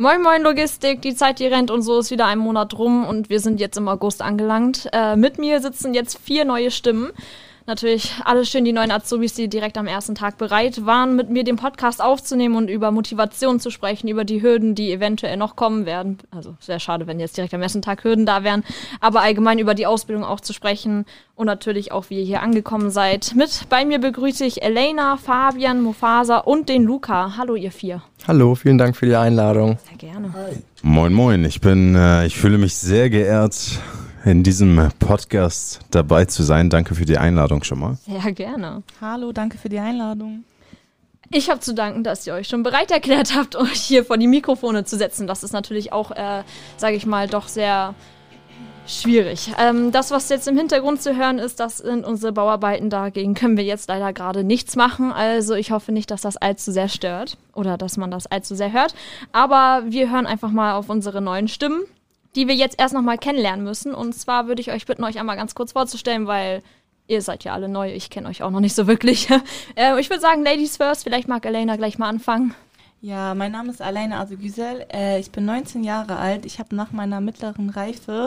Moin Moin Logistik, die Zeit, die rennt und so ist wieder ein Monat rum und wir sind jetzt im August angelangt. Mit mir sitzen jetzt 4 neue Stimmen. Natürlich alle schön die neuen Azubis, die direkt am ersten Tag bereit waren, mit mir den Podcast aufzunehmen und über Motivation zu sprechen, über die Hürden, die eventuell noch kommen werden. Also sehr schade, wenn jetzt direkt am ersten Tag Hürden da wären, aber allgemein über die Ausbildung auch zu sprechen und natürlich auch, wie ihr hier angekommen seid. Mit bei mir begrüße ich Elena, Fabian, Mufasa und den Luca. Hallo ihr 4. Hallo, vielen Dank für die Einladung. Sehr gerne. Hi. Moin Moin, ich fühle mich sehr geehrt, in diesem Podcast dabei zu sein. Danke für die Einladung schon mal. Sehr gerne. Hallo, danke für die Einladung. Ich habe zu danken, dass ihr euch schon bereit erklärt habt, euch hier vor die Mikrofone zu setzen. Das ist natürlich auch, sage ich mal, doch sehr schwierig. Das, was jetzt im Hintergrund zu hören ist, das sind unsere Bauarbeiten. Dagegen können wir jetzt leider gerade nichts machen. Also ich hoffe nicht, dass das allzu sehr stört oder dass man das allzu sehr hört. Aber wir hören einfach mal auf unsere neuen Stimmen, die wir jetzt erst nochmal kennenlernen müssen. Und zwar würde ich euch bitten, euch einmal ganz kurz vorzustellen, weil ihr seid ja alle neu. Ich kenne euch auch noch nicht so wirklich. Ich würde sagen, Ladies first. Vielleicht mag Elena gleich mal anfangen. Ja, mein Name ist Aleyna Azugüzel. Ich bin 19 Jahre alt. Ich habe nach meiner mittleren Reife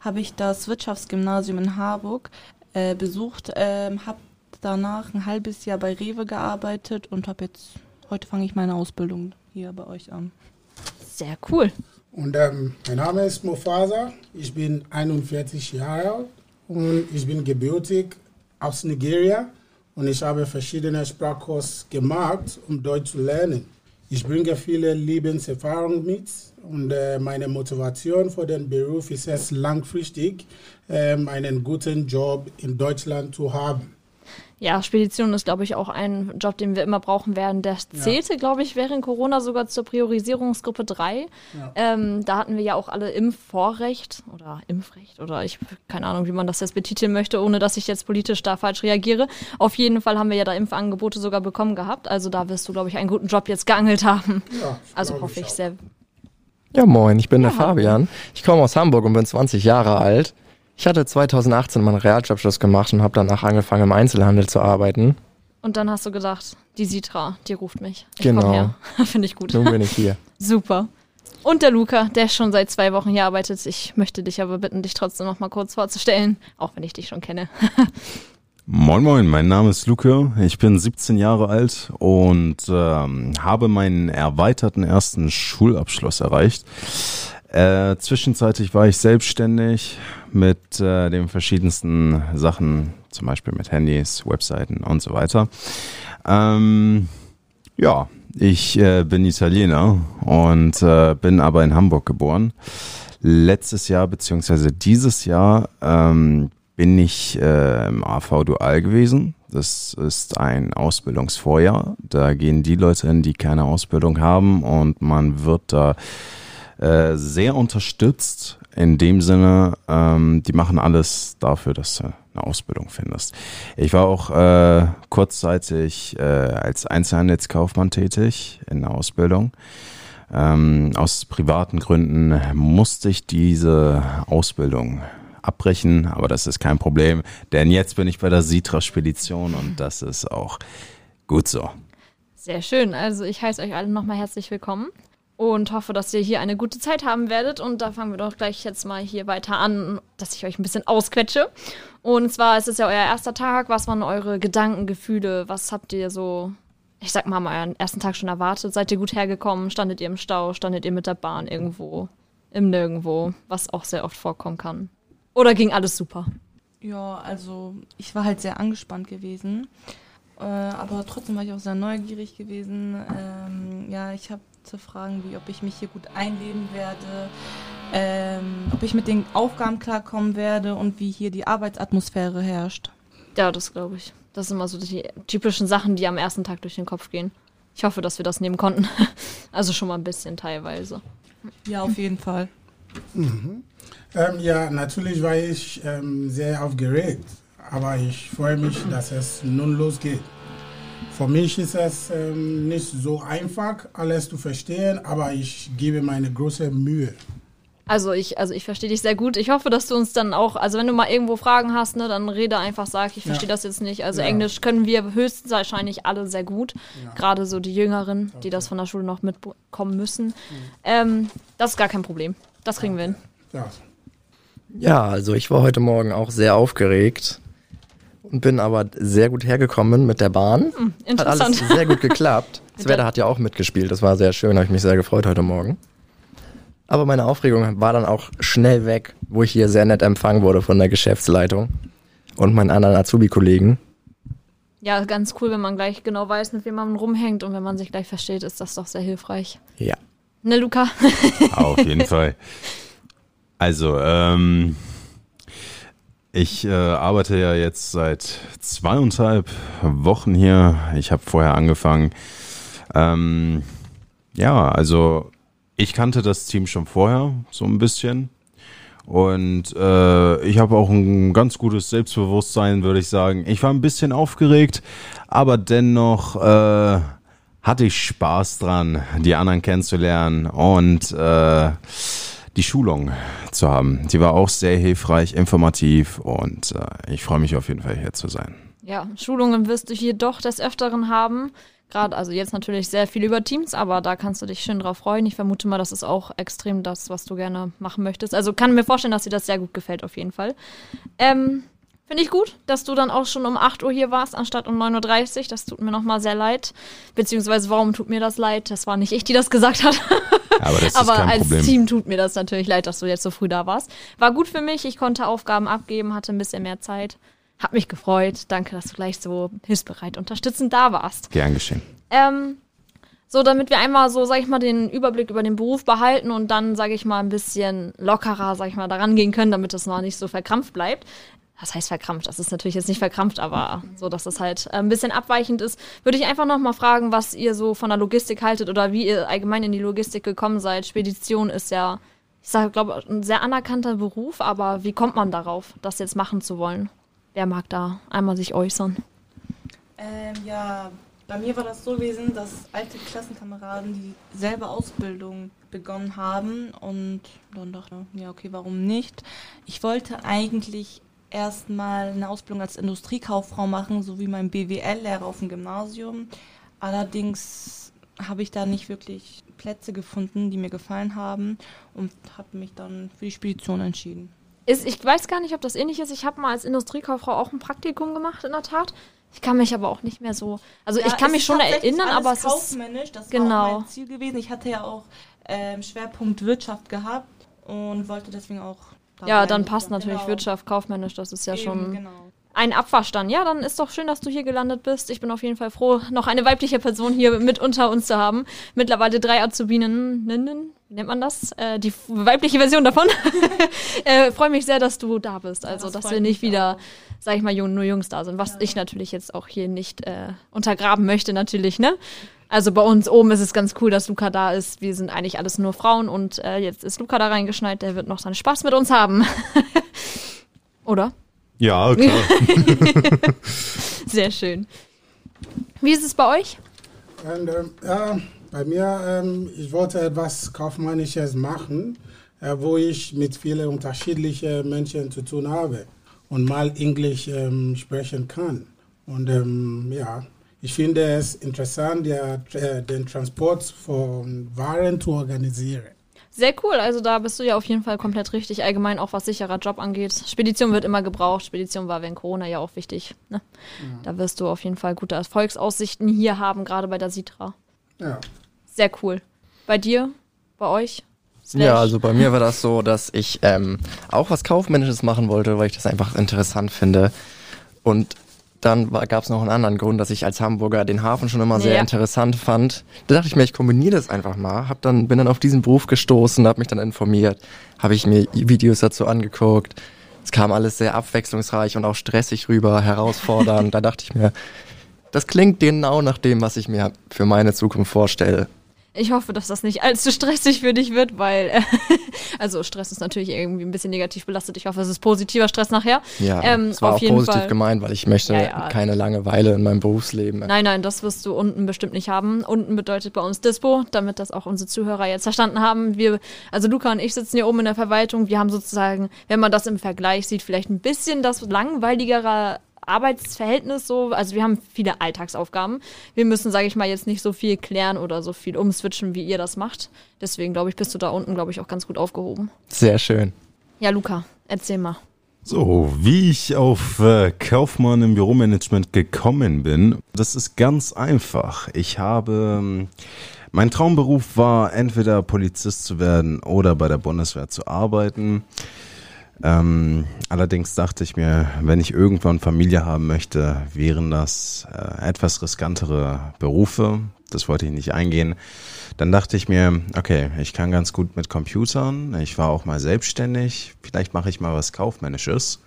das Wirtschaftsgymnasium in Harburg besucht. Habe danach ein halbes Jahr bei Rewe gearbeitet und heute fange ich meine Ausbildung hier bei euch an. Sehr cool. Und mein Name ist Mufasa, ich bin 41 Jahre alt und ich bin gebürtig aus Nigeria und ich habe verschiedene Sprachkurse gemacht, um Deutsch zu lernen. Ich bringe viele Lebenserfahrung mit und meine Motivation für den Beruf ist es langfristig, einen guten Job in Deutschland zu haben. Ja, Spedition ist, glaube ich, auch ein Job, den wir immer brauchen werden. Der zählte, glaube ich, während Corona sogar zur Priorisierungsgruppe 3. Ja. Da hatten wir ja auch alle Impfvorrecht oder Impfrecht oder keine Ahnung, wie man das jetzt betiteln möchte, ohne dass ich jetzt politisch da falsch reagiere. Auf jeden Fall haben wir ja da Impfangebote sogar bekommen gehabt. Also da wirst du, glaube ich, einen guten Job jetzt geangelt haben. Ja, also hoffe ich sehr. Ja, moin, ich bin der Fabian. Ich komme aus Hamburg und bin 20 Jahre alt. Ich hatte 2018 meinen Realschulabschluss gemacht und habe danach angefangen, im Einzelhandel zu arbeiten. Und dann hast du gedacht, die Sitra, die ruft mich. Genau. Finde ich gut. Nun bin ich hier. Super. Und der Luca, der schon seit 2 Wochen hier arbeitet. Ich möchte dich aber bitten, dich trotzdem noch mal kurz vorzustellen, auch wenn ich dich schon kenne. Moin Moin, mein Name ist Luca, ich bin 17 Jahre alt und habe meinen erweiterten ersten Schulabschluss erreicht. Zwischenzeitlich war ich selbstständig mit den verschiedensten Sachen, zum Beispiel mit Handys, Webseiten und so weiter. Ich bin Italiener und bin aber in Hamburg geboren. Letztes Jahr beziehungsweise dieses Jahr bin ich im AV Dual gewesen. Das ist ein Ausbildungsvorjahr. Da gehen die Leute hin, die keine Ausbildung haben und man wird da sehr unterstützt, in dem Sinne, die machen alles dafür, dass du eine Ausbildung findest. Ich war auch kurzzeitig als Einzelhandelskaufmann tätig in der Ausbildung. Aus privaten Gründen musste ich diese Ausbildung abbrechen, aber das ist kein Problem, denn jetzt bin ich bei der Sitra Spedition und das ist auch gut so. Sehr schön, also ich heiße euch alle nochmal herzlich willkommen. Und hoffe, dass ihr hier eine gute Zeit haben werdet. Und da fangen wir doch gleich jetzt mal hier weiter an, dass ich euch ein bisschen ausquetsche. Und zwar ist es ja euer erster Tag. Was waren eure Gedanken, Gefühle? Was habt ihr so, ich sag mal, euren ersten Tag schon erwartet? Seid ihr gut hergekommen? Standet ihr im Stau? Standet ihr mit der Bahn irgendwo? Im Nirgendwo? Was auch sehr oft vorkommen kann. Oder ging alles super? Ja, also ich war halt sehr angespannt gewesen. Aber trotzdem war ich auch sehr neugierig gewesen. Ich habe zu fragen, ob ich mich hier gut einleben werde, ob ich mit den Aufgaben klarkommen werde und wie hier die Arbeitsatmosphäre herrscht. Ja, das glaube ich. Das sind immer so die typischen Sachen, die am ersten Tag durch den Kopf gehen. Ich hoffe, dass wir das nehmen konnten. Also schon mal ein bisschen teilweise. Ja, auf jeden Fall. Mhm. Natürlich war ich sehr aufgeregt, aber ich freue mich, dass es nun losgeht. Für mich ist es nicht so einfach, alles zu verstehen, aber ich gebe meine große Mühe. Also ich verstehe dich sehr gut. Ich hoffe, dass du uns dann auch, also wenn du mal irgendwo Fragen hast, ne, dann rede einfach, sag, ich verstehe das jetzt nicht. Also Englisch können wir höchstwahrscheinlich alle sehr gut. Ja. Gerade so die Jüngeren, die das von der Schule noch mitbekommen müssen. Das ist gar kein Problem. Das kriegen wir hin. Ja, also ich war heute Morgen auch sehr aufgeregt und bin aber sehr gut hergekommen mit der Bahn. Interessant. Hat alles sehr gut geklappt. Das Wetter hat ja auch mitgespielt. Das war sehr schön, habe ich mich sehr gefreut heute Morgen. Aber meine Aufregung war dann auch schnell weg, wo ich hier sehr nett empfangen wurde von der Geschäftsleitung und meinen anderen Azubi-Kollegen. Ja, ganz cool, wenn man gleich genau weiß, mit wem man rumhängt und wenn man sich gleich versteht, ist das doch sehr hilfreich. Ja. Ne, Luca? Auf jeden Fall. Also, ich arbeite ja jetzt seit 2,5 Wochen hier. Ich habe vorher angefangen. Also ich kannte das Team schon vorher so ein bisschen und ich habe auch ein ganz gutes Selbstbewusstsein, würde ich sagen. Ich war ein bisschen aufgeregt, aber dennoch hatte ich Spaß dran, die anderen kennenzulernen und die Schulung zu haben. Die war auch sehr hilfreich, informativ und ich freue mich auf jeden Fall, hier zu sein. Ja, Schulungen wirst du hier doch des Öfteren haben. Gerade, also jetzt natürlich sehr viel über Teams, aber da kannst du dich schön drauf freuen. Ich vermute mal, das ist auch extrem das, was du gerne machen möchtest. Also kann mir vorstellen, dass dir das sehr gut gefällt auf jeden Fall. Finde ich gut, dass du dann auch schon um 8 Uhr hier warst, anstatt um 9:30 Uhr. Das tut mir nochmal sehr leid. Beziehungsweise, warum tut mir das leid? Das war nicht ich, die das gesagt hat. Aber das ist aber kein als Problem. Team tut mir das natürlich leid, dass du jetzt so früh da warst. War gut für mich, ich konnte Aufgaben abgeben, hatte ein bisschen mehr Zeit. Hab mich gefreut. Danke, dass du gleich so hilfsbereit unterstützend da warst. Gern geschehen. So, damit wir einmal so, sag ich mal, den Überblick über den Beruf behalten und dann, sag ich mal, ein bisschen lockerer, sag ich mal, daran gehen können, damit das noch nicht so verkrampft bleibt. Das heißt verkrampft, das ist natürlich jetzt nicht verkrampft, aber so, dass das halt ein bisschen abweichend ist, würde ich einfach noch mal fragen, was ihr so von der Logistik haltet oder wie ihr allgemein in die Logistik gekommen seid. Spedition ist ja, ich glaube, ein sehr anerkannter Beruf, aber wie kommt man darauf, das jetzt machen zu wollen? Wer mag da einmal sich äußern? Bei mir war das so gewesen, dass alte Klassenkameraden die selbe Ausbildung begonnen haben und dann dachte ich, ja okay, warum nicht? Ich wollte eigentlich erstmal eine Ausbildung als Industriekauffrau machen, so wie mein BWL-Lehrer auf dem Gymnasium. Allerdings habe ich da nicht wirklich Plätze gefunden, die mir gefallen haben und habe mich dann für die Spedition entschieden. Ich weiß gar nicht, ob das ähnlich ist. Ich habe mal als Industriekauffrau auch ein Praktikum gemacht, in der Tat. Ich kann mich aber auch nicht mehr so... Also ich kann mich schon erinnern, aber es ist... kaufmännisch, das war auch mein Ziel gewesen. Ich hatte ja auch Schwerpunkt Wirtschaft gehabt und wollte deswegen auch... Ja, dann passt natürlich Wirtschaft, kaufmännisch, das ist ja eben, schon... Genau. Ein Abwasch dann. Ja, dann ist doch schön, dass du hier gelandet bist. Ich bin auf jeden Fall froh, noch eine weibliche Person hier mit unter uns zu haben. Mittlerweile 3 Azubinen, wie nennt man das? Die weibliche Version davon. Freue mich sehr, dass du da bist. Also, dass wir nicht wieder, sag ich mal, nur Jungs da sind. Was ich natürlich jetzt auch hier nicht untergraben möchte, natürlich, ne? Also bei uns oben ist es ganz cool, dass Luca da ist. Wir sind eigentlich alles nur Frauen und jetzt ist Luca da reingeschneit. Der wird noch seinen Spaß mit uns haben. Oder? Ja, klar. Sehr schön. Wie ist es bei euch? Bei mir, ich wollte etwas Kaufmännisches machen, wo ich mit vielen unterschiedlichen Menschen zu tun habe und mal Englisch sprechen kann. Und ich finde es interessant, den Transport von Waren zu organisieren. Sehr cool, also da bist du ja auf jeden Fall komplett richtig, allgemein auch was sicherer Job angeht. Spedition wird immer gebraucht, Spedition war während Corona ja auch wichtig. Ne? Ja. Da wirst du auf jeden Fall gute Erfolgsaussichten hier haben, gerade bei der Sitra. Ja. Sehr cool. Bei dir? Bei euch? Ja, also bei mir war das so, dass ich auch was Kaufmännisches machen wollte, weil ich das einfach interessant finde. Und dann gab es noch einen anderen Grund, dass ich als Hamburger den Hafen schon immer sehr interessant fand. Da dachte ich mir, ich kombiniere das einfach mal. Bin dann auf diesen Beruf gestoßen, habe mich dann informiert, habe ich mir Videos dazu angeguckt. Es kam alles sehr abwechslungsreich und auch stressig rüber, herausfordernd. Da dachte ich mir, das klingt genau nach dem, was ich mir für meine Zukunft vorstelle. Ich hoffe, dass das nicht allzu stressig für dich wird, weil, also Stress ist natürlich irgendwie ein bisschen negativ belastet. Ich hoffe, es ist positiver Stress nachher. Ja, es war auf auch jeden positiv Fall gemeint, weil ich möchte keine Langeweile in meinem Berufsleben. Nein, das wirst du unten bestimmt nicht haben. Unten bedeutet bei uns Dispo, damit das auch unsere Zuhörer jetzt verstanden haben. Also Luca und ich sitzen hier oben in der Verwaltung. Wir haben sozusagen, wenn man das im Vergleich sieht, vielleicht ein bisschen das langweiligere Arbeitsverhältnis so, also wir haben viele Alltagsaufgaben. Wir müssen, sage ich mal, jetzt nicht so viel klären oder so viel umswitchen, wie ihr das macht. Deswegen, glaube ich, bist du da unten, glaube ich, auch ganz gut aufgehoben. Sehr schön. Ja, Luca, erzähl mal. So, wie ich auf Kaufmann im Büromanagement gekommen bin, das ist ganz einfach. Mein Traumberuf war, entweder Polizist zu werden oder bei der Bundeswehr zu arbeiten. Allerdings dachte ich mir, wenn ich irgendwann Familie haben möchte, wären das etwas riskantere Berufe. Das wollte ich nicht eingehen. Dann dachte ich mir, okay, ich kann ganz gut mit Computern. Ich war auch mal selbstständig. Vielleicht mache ich mal was Kaufmännisches.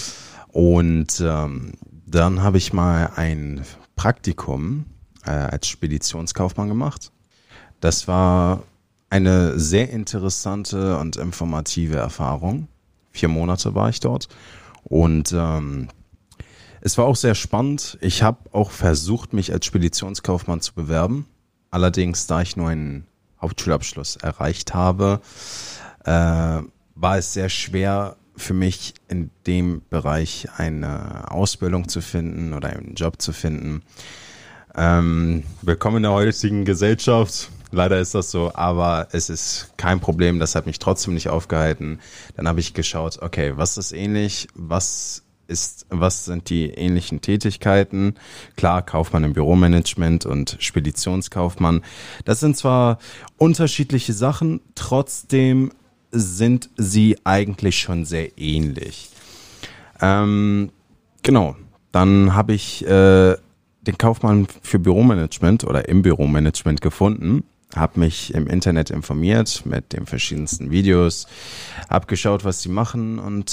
Und dann habe ich mal ein Praktikum als Speditionskaufmann gemacht. Das war eine sehr interessante und informative Erfahrung. 4 Monate war ich dort und es war auch sehr spannend. Ich habe auch versucht, mich als Speditionskaufmann zu bewerben. Allerdings, da ich nur einen Hauptschulabschluss erreicht habe, war es sehr schwer für mich in dem Bereich eine Ausbildung zu finden oder einen Job zu finden. Willkommen in der heutigen Gesellschaft. Leider ist das so, aber es ist kein Problem, das hat mich trotzdem nicht aufgehalten. Dann habe ich geschaut, okay, was ist ähnlich, was sind die ähnlichen Tätigkeiten? Klar, Kaufmann im Büromanagement und Speditionskaufmann. Das sind zwar unterschiedliche Sachen, trotzdem sind sie eigentlich schon sehr ähnlich. Genau, dann habe ich den Kaufmann für Büromanagement oder im Büromanagement gefunden. Habe mich im Internet informiert mit den verschiedensten Videos, habe geschaut, was sie machen und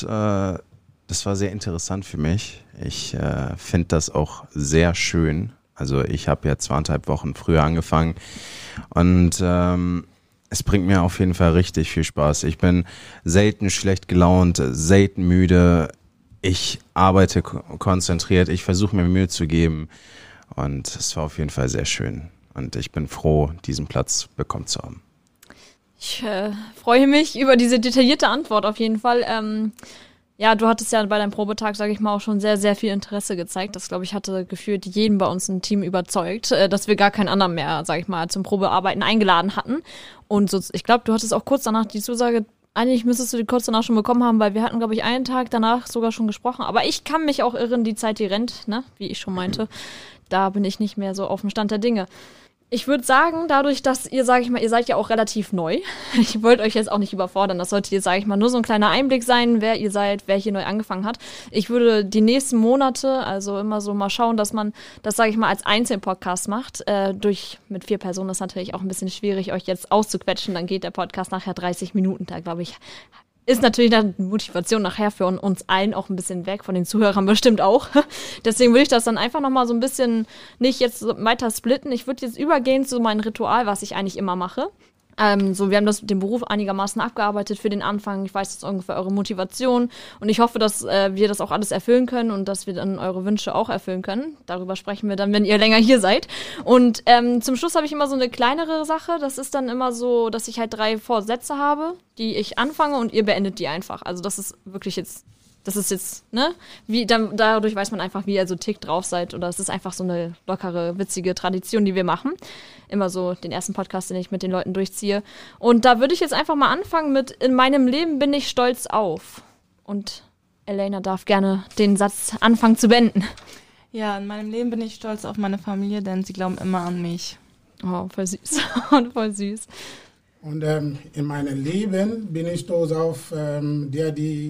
das war sehr interessant für mich. Ich finde das auch sehr schön. Also ich habe ja 2,5 Wochen früher angefangen und es bringt mir auf jeden Fall richtig viel Spaß. Ich bin selten schlecht gelaunt, selten müde. Ich arbeite konzentriert, ich versuche mir Mühe zu geben und es war auf jeden Fall sehr schön. Und ich bin froh, diesen Platz bekommen zu haben. Ich freue mich über diese detaillierte Antwort auf jeden Fall. Ja, du hattest ja bei deinem Probetag, sage ich mal, auch schon sehr, sehr viel Interesse gezeigt. Das, glaube ich, hatte gefühlt jeden bei uns im Team überzeugt, dass wir gar keinen anderen mehr, sage ich mal, zum Probearbeiten eingeladen hatten. Und so, ich glaube, du hattest auch kurz danach die Zusage, eigentlich müsstest du die kurz danach schon bekommen haben, weil wir hatten, glaube ich, einen Tag danach sogar schon gesprochen. Aber ich kann mich auch irren, die Zeit, die rennt, ne, wie ich schon meinte. Da bin ich nicht mehr so auf dem Stand der Dinge. Ich würde sagen, dadurch, dass ihr, sage ich mal, ihr seid ja auch relativ neu. Ich wollte euch jetzt auch nicht überfordern. Das sollte jetzt, sage ich mal, nur so ein kleiner Einblick sein, wer ihr seid, wer hier neu angefangen hat. Ich würde die nächsten Monate, also immer so mal schauen, dass man das, sage ich mal, als Einzelpodcast macht. Mit 4 Personen ist natürlich auch ein bisschen schwierig, euch jetzt auszuquetschen. Dann geht der Podcast nachher 30 Minuten. Da, glaube ich, ist natürlich eine Motivation nachher für uns allen auch ein bisschen weg, von den Zuhörern bestimmt auch. Deswegen würde ich das dann einfach nochmal so ein bisschen nicht jetzt weiter splitten. Ich würde jetzt übergehen zu meinem Ritual, was ich eigentlich immer mache. Wir haben den Beruf einigermaßen abgearbeitet für den Anfang. Ich weiß jetzt ungefähr eure Motivation und ich hoffe, dass wir das auch alles erfüllen können und dass wir dann eure Wünsche auch erfüllen können. Darüber sprechen wir dann, wenn ihr länger hier seid. Und zum Schluss habe ich immer so eine kleinere Sache. Das ist dann immer so, dass ich halt 3 Vorsätze habe, die ich anfange und ihr beendet die einfach. Also das ist wirklich jetzt... Das ist jetzt, ne? Dadurch weiß man einfach, wie ihr so tickt drauf seid. Oder es ist einfach so eine lockere, witzige Tradition, die wir machen. Immer so den ersten Podcast, den ich mit den Leuten durchziehe. Und da würde ich jetzt einfach mal anfangen mit: In meinem Leben bin ich stolz auf. Und Elena darf gerne den Satz anfangen zu beenden. Ja, in meinem Leben bin ich stolz auf meine Familie, denn sie glauben immer an mich. Oh, voll süß. Voll süß. Und in meinem Leben bin ich stolz auf der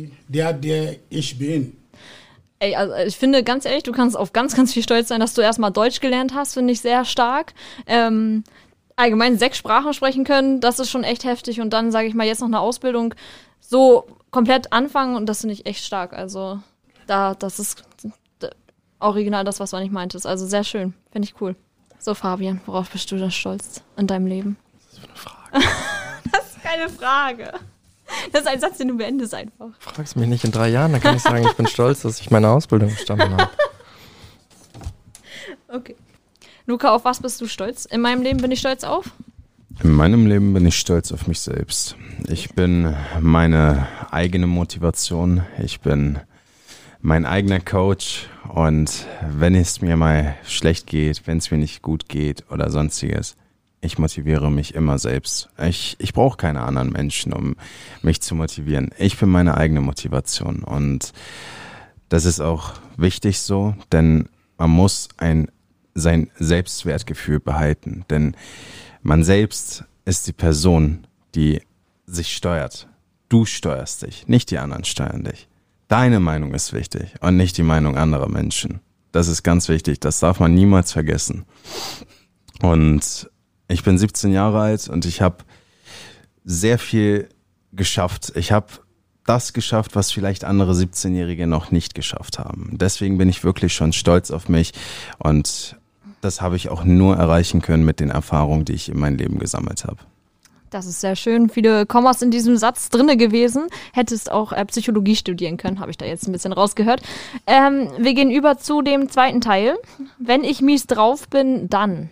ich bin. Ey, also ich finde, ganz ehrlich, du kannst auf ganz, ganz viel stolz sein, dass du erstmal Deutsch gelernt hast, finde ich sehr stark. Allgemein 6 Sprachen sprechen können, das ist schon echt heftig. Und dann, sage ich mal, jetzt noch eine Ausbildung so komplett anfangen und das finde ich echt stark. Also das ist original das, was du nicht meintest. Also sehr schön, finde ich cool. So, Fabian, worauf bist du denn stolz in deinem Leben? für eine Frage? Das ist keine Frage. Das ist ein Satz, den du beendest einfach. Fragst mich nicht in 3 Jahren, dann kann ich sagen, ich bin stolz, dass ich meine Ausbildung bestanden habe. Okay. Luca, auf was bist du stolz? In meinem Leben bin ich stolz auf? In meinem Leben bin ich stolz auf mich selbst. Ich bin meine eigene Motivation. Ich bin mein eigener Coach. Und wenn es mir mal schlecht geht, wenn es mir nicht gut geht oder sonstiges, ich motiviere mich immer selbst. Ich brauche keine anderen Menschen, um mich zu motivieren. Ich bin meine eigene Motivation. Und das ist auch wichtig so, denn man muss sein Selbstwertgefühl behalten. Denn man selbst ist die Person, die sich steuert. Du steuerst dich, nicht die anderen steuern dich. Deine Meinung ist wichtig und nicht die Meinung anderer Menschen. Das ist ganz wichtig, das darf man niemals vergessen. Und ich bin 17 Jahre alt und ich habe sehr viel geschafft. Ich habe das geschafft, was vielleicht andere 17-Jährige noch nicht geschafft haben. Deswegen bin ich wirklich schon stolz auf mich und das habe ich auch nur erreichen können mit den Erfahrungen, die ich in meinem Leben gesammelt habe. Das ist sehr schön. Viele Kommas in diesem Satz drinne gewesen. Hättest auch Psychologie studieren können, habe ich da jetzt ein bisschen rausgehört. Wir gehen über zu dem zweiten Teil. Wenn ich mies drauf bin, dann.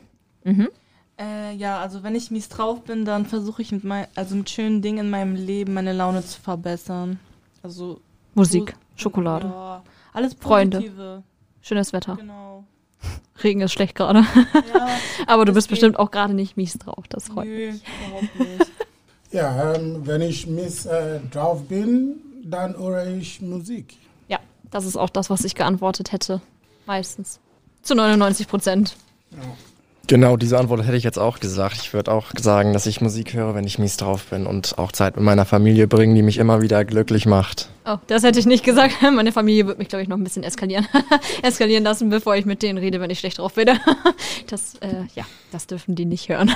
Ja, also wenn ich mies drauf bin, dann versuche ich mit schönen Dingen in meinem Leben meine Laune zu verbessern. Also Musik, Schokolade, ja, alles Freunde. Positive. Schönes Wetter. Genau. Regen ist schlecht gerade. Ja, Aber du bist bestimmt auch gerade nicht mies drauf. Das freut mich. nö, überhaupt nicht. Ja, wenn ich mies drauf bin, dann höre ich Musik. Ja, das ist auch das, was ich geantwortet hätte. Meistens. Zu 99%. Ja. Genau, diese Antwort hätte ich jetzt auch gesagt. Ich würde auch sagen, dass ich Musik höre, wenn ich mies drauf bin und auch Zeit mit meiner Familie bringen, die mich immer wieder glücklich macht. Oh, das hätte ich nicht gesagt. Meine Familie wird mich, glaube ich, noch ein bisschen eskalieren lassen, bevor ich mit denen rede, wenn ich schlecht drauf bin. Das dürfen die nicht hören.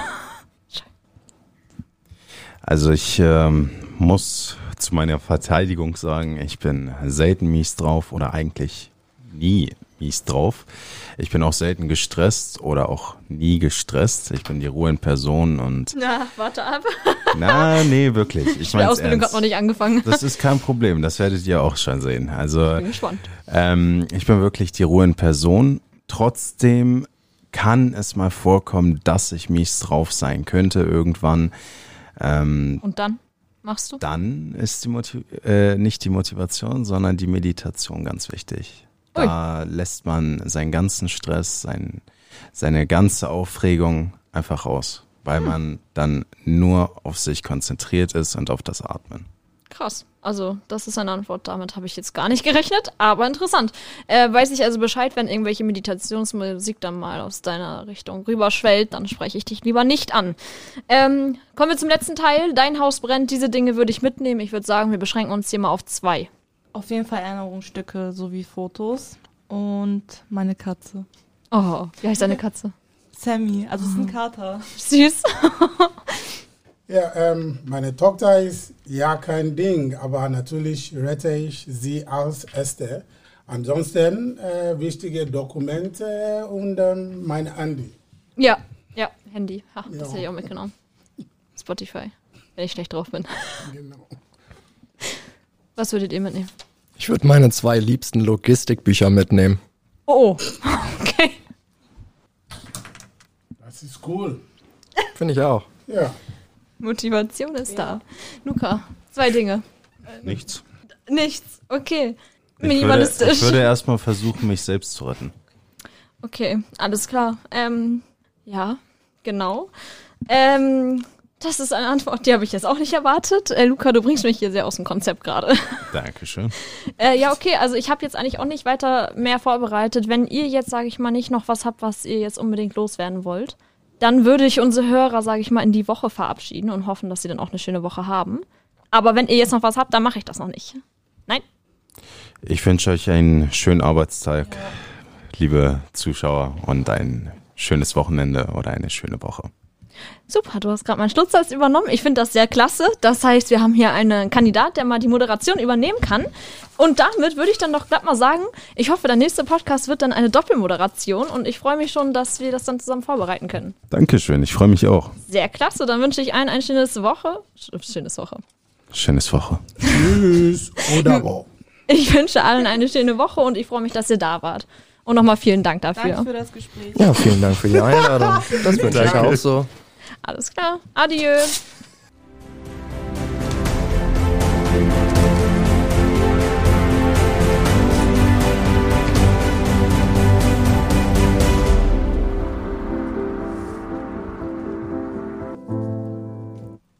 Also ich muss zu meiner Verteidigung sagen, ich bin selten mies drauf oder eigentlich nie mies drauf. Ich bin auch selten gestresst oder auch nie gestresst. Ich bin die Ruhe in Person und... Na, warte ab. Nee, wirklich. Ich Die Ausbildung hat noch nicht angefangen. Das ist kein Problem, das werdet ihr auch schon sehen. Also, Ich bin gespannt. ich bin wirklich die Ruhe in Person. Trotzdem kann es mal vorkommen, dass ich mies drauf sein könnte irgendwann. Und dann machst du? Dann ist nicht die Motivation, sondern die Meditation ganz wichtig. Da lässt man seinen ganzen Stress, seine ganze Aufregung einfach raus, weil man dann nur auf sich konzentriert ist und auf das Atmen. Krass. Also, das ist eine Antwort. Damit habe ich jetzt gar nicht gerechnet, aber interessant. Weiß ich also Bescheid, wenn irgendwelche Meditationsmusik dann mal aus deiner Richtung rüberschwellt, dann spreche ich dich lieber nicht an. Kommen wir zum letzten Teil. Dein Haus brennt. Diese Dinge würde ich mitnehmen. Ich würde sagen, wir beschränken uns hier mal auf 2. Auf jeden Fall Erinnerungsstücke sowie Fotos und meine Katze. Oh, wie heißt deine Katze? Sammy, also es ist ein Kater. Süß. Ja, meine Tochter ist ja kein Ding, aber natürlich rette ich sie als Erste. Ansonsten wichtige Dokumente und mein Handy. Ja, Handy. Ha, das Ja. hätte ich auch mitgenommen. Spotify, wenn ich schlecht drauf bin. Genau. Was würdet ihr mitnehmen? Ich würde meine 2 liebsten Logistikbücher mitnehmen. Oh, okay. Das ist cool. Finde ich auch. Ja. Motivation ist da. Luca, 2 Dinge. Nichts. Nichts, okay. Ich Minimalistisch. würde erstmal versuchen, mich selbst zu retten. Okay, alles klar. Ja, genau. Das ist eine Antwort, die habe ich jetzt auch nicht erwartet. Luca, du bringst mich hier sehr aus dem Konzept gerade. Dankeschön. Ja, okay, also ich habe jetzt eigentlich auch nicht weiter mehr vorbereitet. Wenn ihr jetzt, sage ich mal, nicht noch was habt, was ihr jetzt unbedingt loswerden wollt, dann würde ich unsere Hörer, sage ich mal, in die Woche verabschieden und hoffen, dass sie dann auch eine schöne Woche haben. Aber wenn ihr jetzt noch was habt, dann mache ich das noch nicht. Nein? Ich wünsche euch einen schönen Arbeitstag, liebe Zuschauer, und ein schönes Wochenende oder eine schöne Woche. Super, du hast gerade meinen Schlusssatz übernommen. Ich finde das sehr klasse. Das heißt, wir haben hier einen Kandidat, der mal die Moderation übernehmen kann. Und damit würde ich dann doch glatt mal sagen, ich hoffe, der nächste Podcast wird dann eine Doppelmoderation und ich freue mich schon, dass wir das dann zusammen vorbereiten können. Dankeschön, ich freue mich auch. Sehr klasse, dann wünsche ich allen eine schöne Woche. Schönes Woche. Tschüss. Oder wo? Ich wünsche allen eine schöne Woche und ich freue mich, dass ihr da wart. Und nochmal vielen Dank dafür. Danke für das Gespräch. Ja, vielen Dank für die Einladung. Das wünsche ich auch so. Alles klar. Adieu.